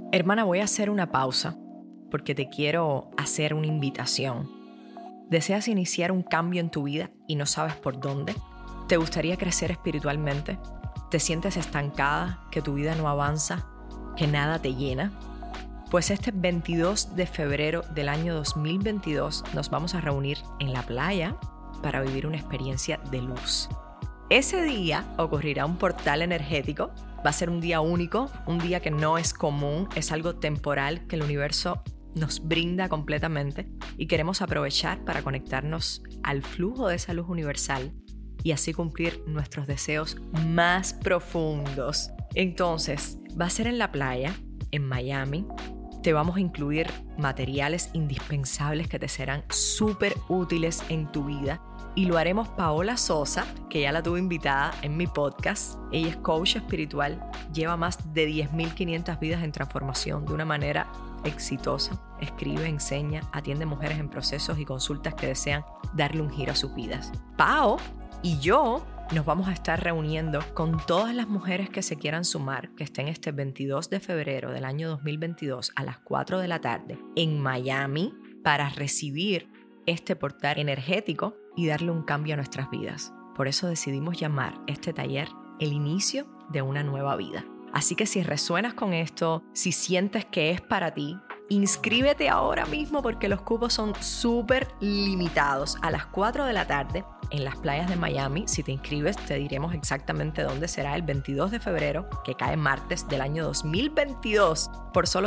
Hermana, voy a hacer una pausa porque te quiero hacer una invitación. ¿Deseas iniciar un cambio en tu vida y no sabes por dónde? ¿Te gustaría crecer espiritualmente? ¿Te sientes estancada, que tu vida no avanza, que nada te llena? Pues este 22 de febrero del año 2022 nos vamos a reunir en la playa para vivir una experiencia de luz. Ese día ocurrirá un portal energético. Va a ser un día único, un día que no es común, es algo temporal que el universo nos brinda completamente y queremos aprovechar para conectarnos al flujo de esa luz universal y así cumplir nuestros deseos más profundos. Entonces, va a ser en la playa, en Miami. Te vamos a incluir materiales indispensables que te serán súper útiles en tu vida. Y lo haremos Paola Sosa, que ya la tuve invitada en mi podcast. Ella es coach espiritual, lleva más de 10.500 vidas en transformación de una manera exitosa. Escribe, enseña, atiende mujeres en procesos y consultas que desean darle un giro a sus vidas. Pao y yo nos vamos a estar reuniendo con todas las mujeres que se quieran sumar, que estén este 22 de febrero del año 2022 a las 4 de la tarde en Miami para recibir este portal energético y darle un cambio a nuestras vidas. Por eso decidimos llamar este taller el inicio de una nueva vida. Así que si resuenas con esto, si sientes que es para ti, inscríbete ahora mismo porque los cupos son súper limitados. A las 4 de la tarde en las playas de Miami. Si te inscribes, te diremos exactamente dónde será el 22 de febrero, que cae martes del año 2022, por solo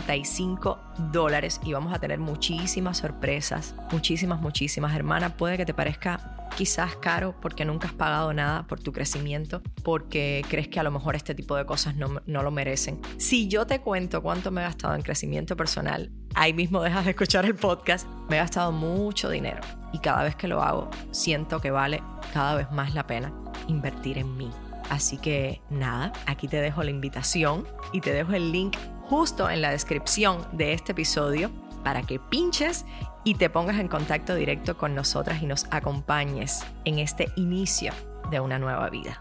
$55. Y vamos a tener muchísimas sorpresas, muchísimas. Hermana, puede que te parezca quizás caro porque nunca has pagado nada por tu crecimiento, porque crees que a lo mejor este tipo de cosas no lo merecen. Si yo te cuento cuánto me he gastado en crecimiento personal, ahí mismo dejas de escuchar el podcast. Me he gastado mucho dinero y cada vez que lo hago siento que vale cada vez más la pena invertir en mí. Así que nada, aquí te dejo la invitación y te dejo el link justo en la descripción de este episodio para que pinches y te pongas en contacto directo con nosotras y nos acompañes en este inicio de una nueva vida.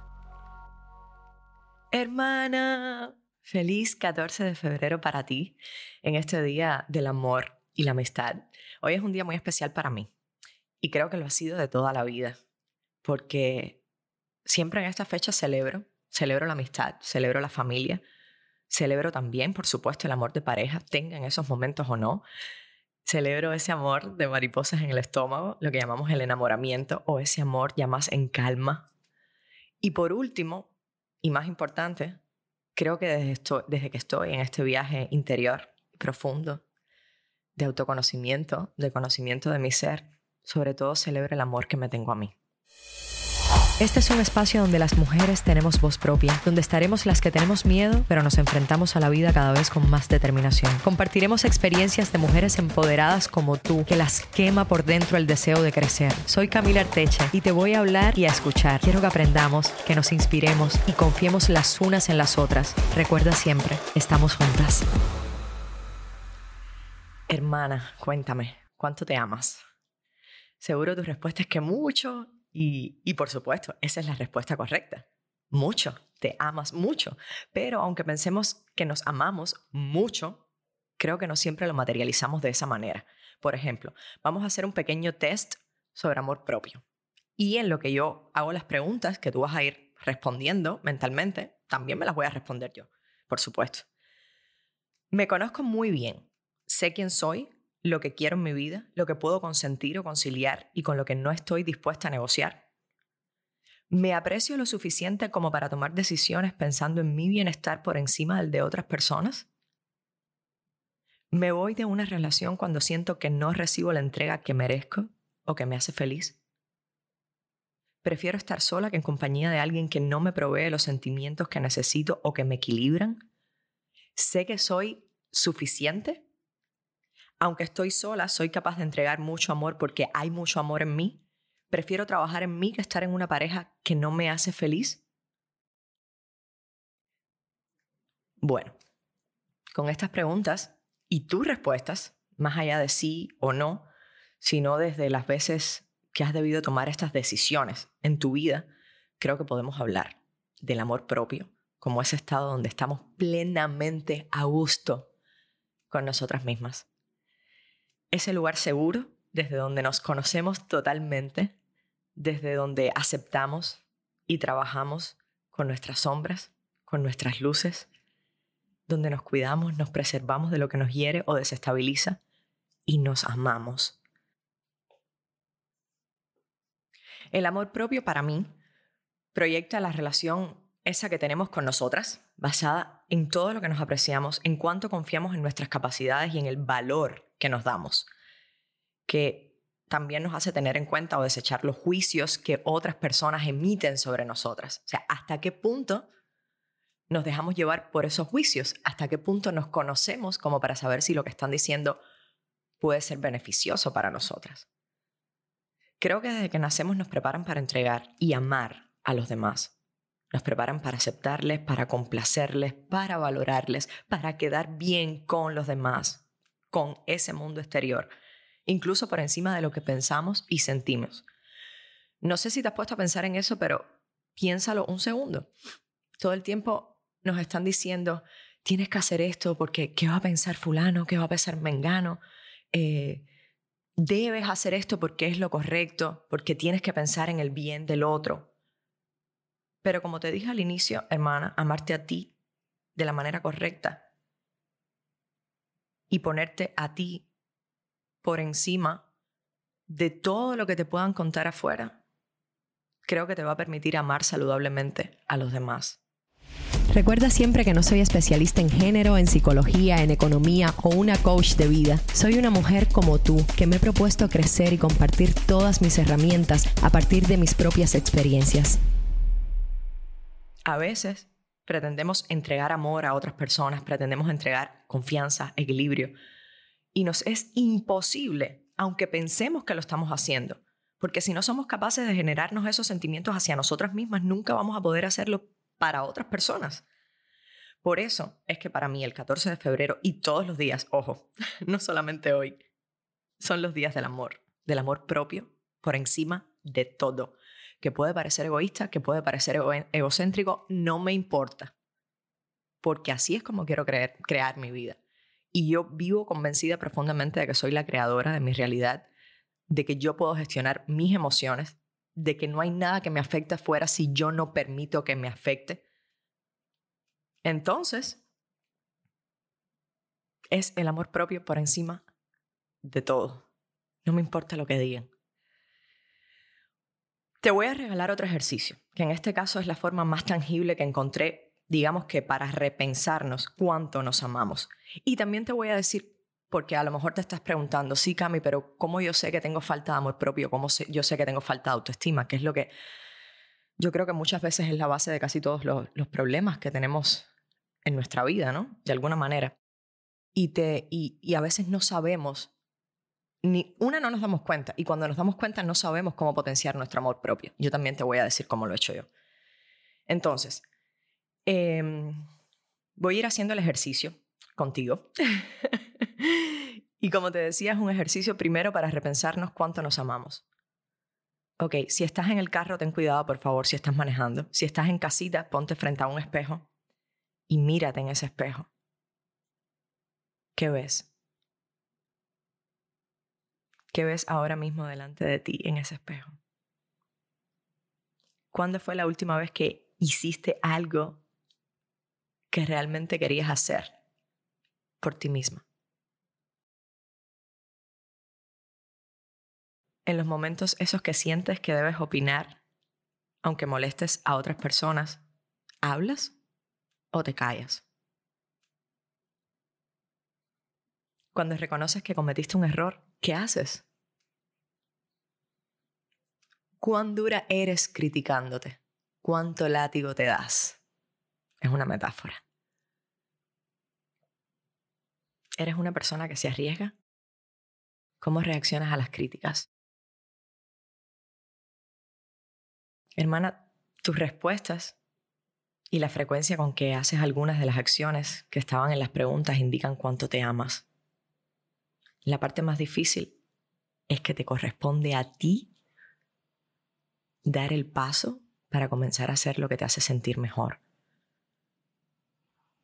Hermana, feliz 14 de febrero para ti en este día del amor y la amistad. Hoy es un día muy especial para mí y creo que lo ha sido de toda la vida porque siempre en esta fecha celebro la amistad, celebro la familia, celebro también, por supuesto, el amor de pareja, tengan esos momentos o no. Celebro ese amor de mariposas en el estómago, lo que llamamos el enamoramiento o ese amor ya más en calma. Y por último, y más importante, creo que desde que estoy en este viaje interior profundo de autoconocimiento, de conocimiento de mi ser, sobre todo celebro el amor que me tengo a mí. Este es un espacio donde las mujeres tenemos voz propia, donde estaremos las que tenemos miedo, pero nos enfrentamos a la vida cada vez con más determinación. Compartiremos experiencias de mujeres empoderadas como tú, que las quema por dentro el deseo de crecer. Soy Camila Arteche y te voy a hablar y a escuchar. Quiero que aprendamos, que nos inspiremos y confiemos las unas en las otras. Recuerda siempre, estamos juntas. Hermana, cuéntame, ¿cuánto te amas? Seguro tu respuesta es que mucho. Y por supuesto, esa es la respuesta correcta. Mucho, te amas mucho. Pero aunque pensemos que nos amamos mucho, creo que no siempre lo materializamos de esa manera. Por ejemplo, vamos a hacer un pequeño test sobre amor propio. Y en lo que yo hago las preguntas que tú vas a ir respondiendo mentalmente, también me las voy a responder yo, por supuesto. Me conozco muy bien. Sé quién soy, lo que quiero en mi vida, lo que puedo consentir o conciliar y con lo que no estoy dispuesta a negociar. ¿Me aprecio lo suficiente como para tomar decisiones pensando en mi bienestar por encima del de otras personas? ¿Me voy de una relación cuando siento que no recibo la entrega que merezco o que me hace feliz? ¿Prefiero estar sola que en compañía de alguien que no me provee los sentimientos que necesito o que me equilibran? ¿Sé que soy suficiente? Aunque estoy sola, soy capaz de entregar mucho amor porque hay mucho amor en mí. ¿Prefiero trabajar en mí que estar en una pareja que no me hace feliz? Bueno, con estas preguntas y tus respuestas, más allá de sí o no, sino desde las veces que has debido tomar estas decisiones en tu vida, creo que podemos hablar del amor propio como ese estado donde estamos plenamente a gusto con nosotras mismas. Ese lugar seguro desde donde nos conocemos totalmente, desde donde aceptamos y trabajamos con nuestras sombras, con nuestras luces, donde nos cuidamos, nos preservamos de lo que nos hiere o desestabiliza y nos amamos. El amor propio para mí proyecta la relación esa que tenemos con nosotras, basada en todo lo que nos apreciamos, en cuánto confiamos en nuestras capacidades y en el valor que nos damos, que también nos hace tener en cuenta o desechar los juicios que otras personas emiten sobre nosotras. O sea, ¿hasta qué punto nos dejamos llevar por esos juicios? ¿Hasta qué punto nos conocemos como para saber si lo que están diciendo puede ser beneficioso para nosotras? Creo que desde que nacemos nos preparan para entregar y amar a los demás. Nos preparan para aceptarles, para complacerles, para valorarles, para quedar bien con los demás, con ese mundo exterior, incluso por encima de lo que pensamos y sentimos. No sé si te has puesto a pensar en eso, pero piénsalo un segundo. Todo el tiempo nos están diciendo, tienes que hacer esto porque ¿qué va a pensar fulano? ¿Qué va a pensar mengano? Debes hacer esto porque es lo correcto, porque tienes que pensar en el bien del otro. Pero como te dije al inicio, hermana, amarte a ti de la manera correcta y ponerte a ti por encima de todo lo que te puedan contar afuera, creo que te va a permitir amar saludablemente a los demás. Recuerda siempre que no soy especialista en género, en psicología, en economía o una coach de vida. Soy una mujer como tú que me he propuesto crecer y compartir todas mis herramientas a partir de mis propias experiencias. A veces pretendemos entregar amor a otras personas, pretendemos entregar confianza, equilibrio, y nos es imposible, aunque pensemos que lo estamos haciendo, porque si no somos capaces de generarnos esos sentimientos hacia nosotras mismas, nunca vamos a poder hacerlo para otras personas. Por eso es que para mí el 14 de febrero y todos los días, ojo, no solamente hoy, son los días del amor propio por encima de todo. Que puede parecer egoísta, que puede parecer egocéntrico, no me importa. Porque así es como quiero crear mi vida. Y yo vivo convencida profundamente de que soy la creadora de mi realidad, de que yo puedo gestionar mis emociones, de que no hay nada que me afecte afuera si yo no permito que me afecte. Entonces, es el amor propio por encima de todo. No me importa lo que digan. Te voy a regalar otro ejercicio, que en este caso es la forma más tangible que encontré, digamos que para repensarnos cuánto nos amamos. Y también te voy a decir, porque a lo mejor te estás preguntando, sí, Cami, pero ¿cómo yo sé que tengo falta de amor propio? ¿Cómo yo sé que tengo falta de autoestima? Que es lo que yo creo que muchas veces es la base de casi todos los problemas que tenemos en nuestra vida, ¿no? De alguna manera. Y a veces no sabemos, no nos damos cuenta, y cuando nos damos cuenta no sabemos cómo potenciar nuestro amor propio. Yo también te voy a decir cómo lo he hecho yo. Entonces, voy a ir haciendo el ejercicio contigo. Y como te decía, es un ejercicio primero para repensarnos cuánto nos amamos. Ok, si estás en el carro, ten cuidado, por favor, si estás manejando. Si estás en casita, ponte frente a un espejo y mírate en ese espejo. ¿Qué ves? ¿Qué ves ahora mismo delante de ti en ese espejo? ¿Cuándo fue la última vez que hiciste algo que realmente querías hacer por ti misma? En los momentos esos que sientes que debes opinar, aunque molestes a otras personas, ¿hablas o te callas? Cuando reconoces que cometiste un error, ¿qué haces? ¿Cuán dura eres criticándote? ¿Cuánto látigo te das? Es una metáfora. ¿Eres una persona que se arriesga? ¿Cómo reaccionas a las críticas? Hermana, tus respuestas y la frecuencia con que haces algunas de las acciones que estaban en las preguntas indican cuánto te amas. La parte más difícil es que te corresponde a ti dar el paso para comenzar a hacer lo que te hace sentir mejor.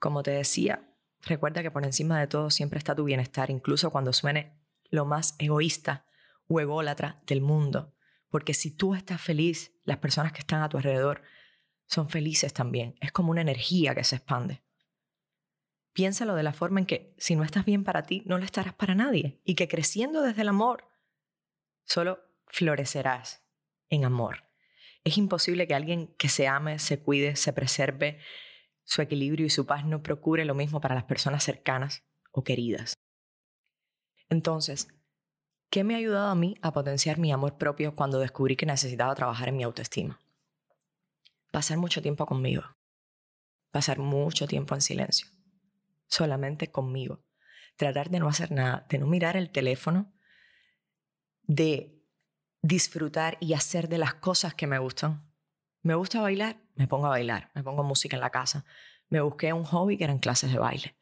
Como te decía, recuerda que por encima de todo siempre está tu bienestar, incluso cuando suene lo más egoísta o ególatra del mundo. Porque si tú estás feliz, las personas que están a tu alrededor son felices también. Es como una energía que se expande. Piénsalo de la forma en que si no estás bien para ti, no lo estarás para nadie. Y que creciendo desde el amor, solo florecerás en amor. Es imposible que alguien que se ame, se cuide, se preserve su equilibrio y su paz no procure lo mismo para las personas cercanas o queridas. Entonces, ¿qué me ha ayudado a mí a potenciar mi amor propio cuando descubrí que necesitaba trabajar en mi autoestima? Pasar mucho tiempo conmigo. Pasar mucho tiempo en silencio. Solamente conmigo. Tratar de no hacer nada, de no mirar el teléfono, de disfrutar y hacer de las cosas que me gustan. ¿Me gusta bailar? Me pongo a bailar. Me pongo música en la casa. Me busqué un hobby que eran clases de baile.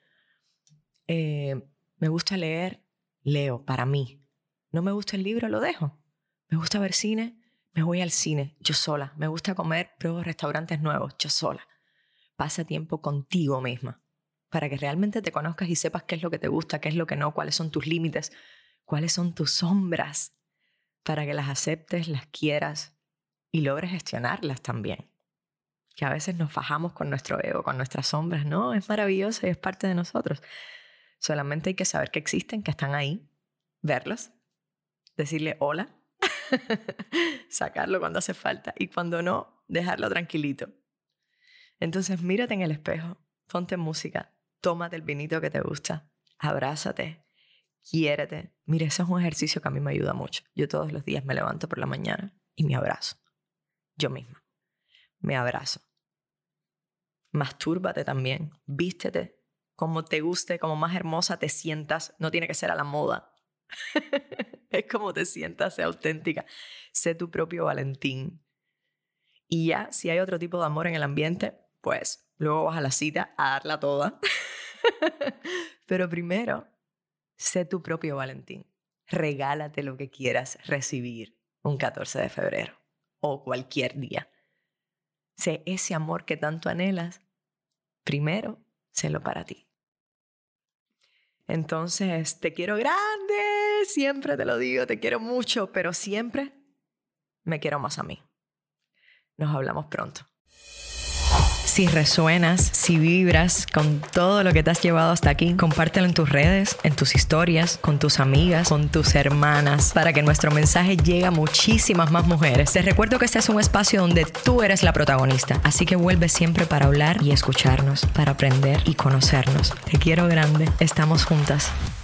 Me gusta leer, leo para mí. ¿No me gusta el libro? Lo dejo. ¿Me gusta ver cine? Me voy al cine, yo sola. Me gusta comer, pruebo restaurantes nuevos, yo sola. Pasa tiempo contigo misma para que realmente te conozcas y sepas qué es lo que te gusta, qué es lo que no, cuáles son tus límites, cuáles son tus sombras, para que las aceptes, las quieras y logres gestionarlas también. Que a veces nos fajamos con nuestro ego, con nuestras sombras. No, es maravilloso y es parte de nosotros. Solamente hay que saber que existen, que están ahí, verlos, decirle hola, sacarlo cuando hace falta y cuando no, dejarlo tranquilito. Entonces mírate en el espejo, ponte música, tómate el vinito que te gusta, abrázate, quiérete. Mira, eso es un ejercicio que a mí me ayuda mucho. Yo todos los días me levanto por la mañana y me abrazo. Yo misma. Me abrazo. Mastúrbate también. Vístete como te guste, como más hermosa te sientas. No tiene que ser a la moda. Es como te sientas, sé auténtica. Sé tu propio Valentín. Y ya, si hay otro tipo de amor en el ambiente, pues luego vas a la cita a darla toda. Pero primero, sé tu propio Valentín. Regálate lo que quieras recibir un 14 de febrero o cualquier día. Sé ese amor que tanto anhelas. Primero, sélo para ti. Entonces, te quiero grande, siempre te lo digo, te quiero mucho, pero siempre me quiero más a mí. Nos hablamos pronto. Si resuenas, si vibras con todo lo que te has llevado hasta aquí, compártelo en tus redes, en tus historias, con tus amigas, con tus hermanas, para que nuestro mensaje llegue a muchísimas más mujeres. Te recuerdo que este es un espacio donde tú eres la protagonista, así que vuelve siempre para hablar y escucharnos, para aprender y conocernos. Te quiero grande, estamos juntas.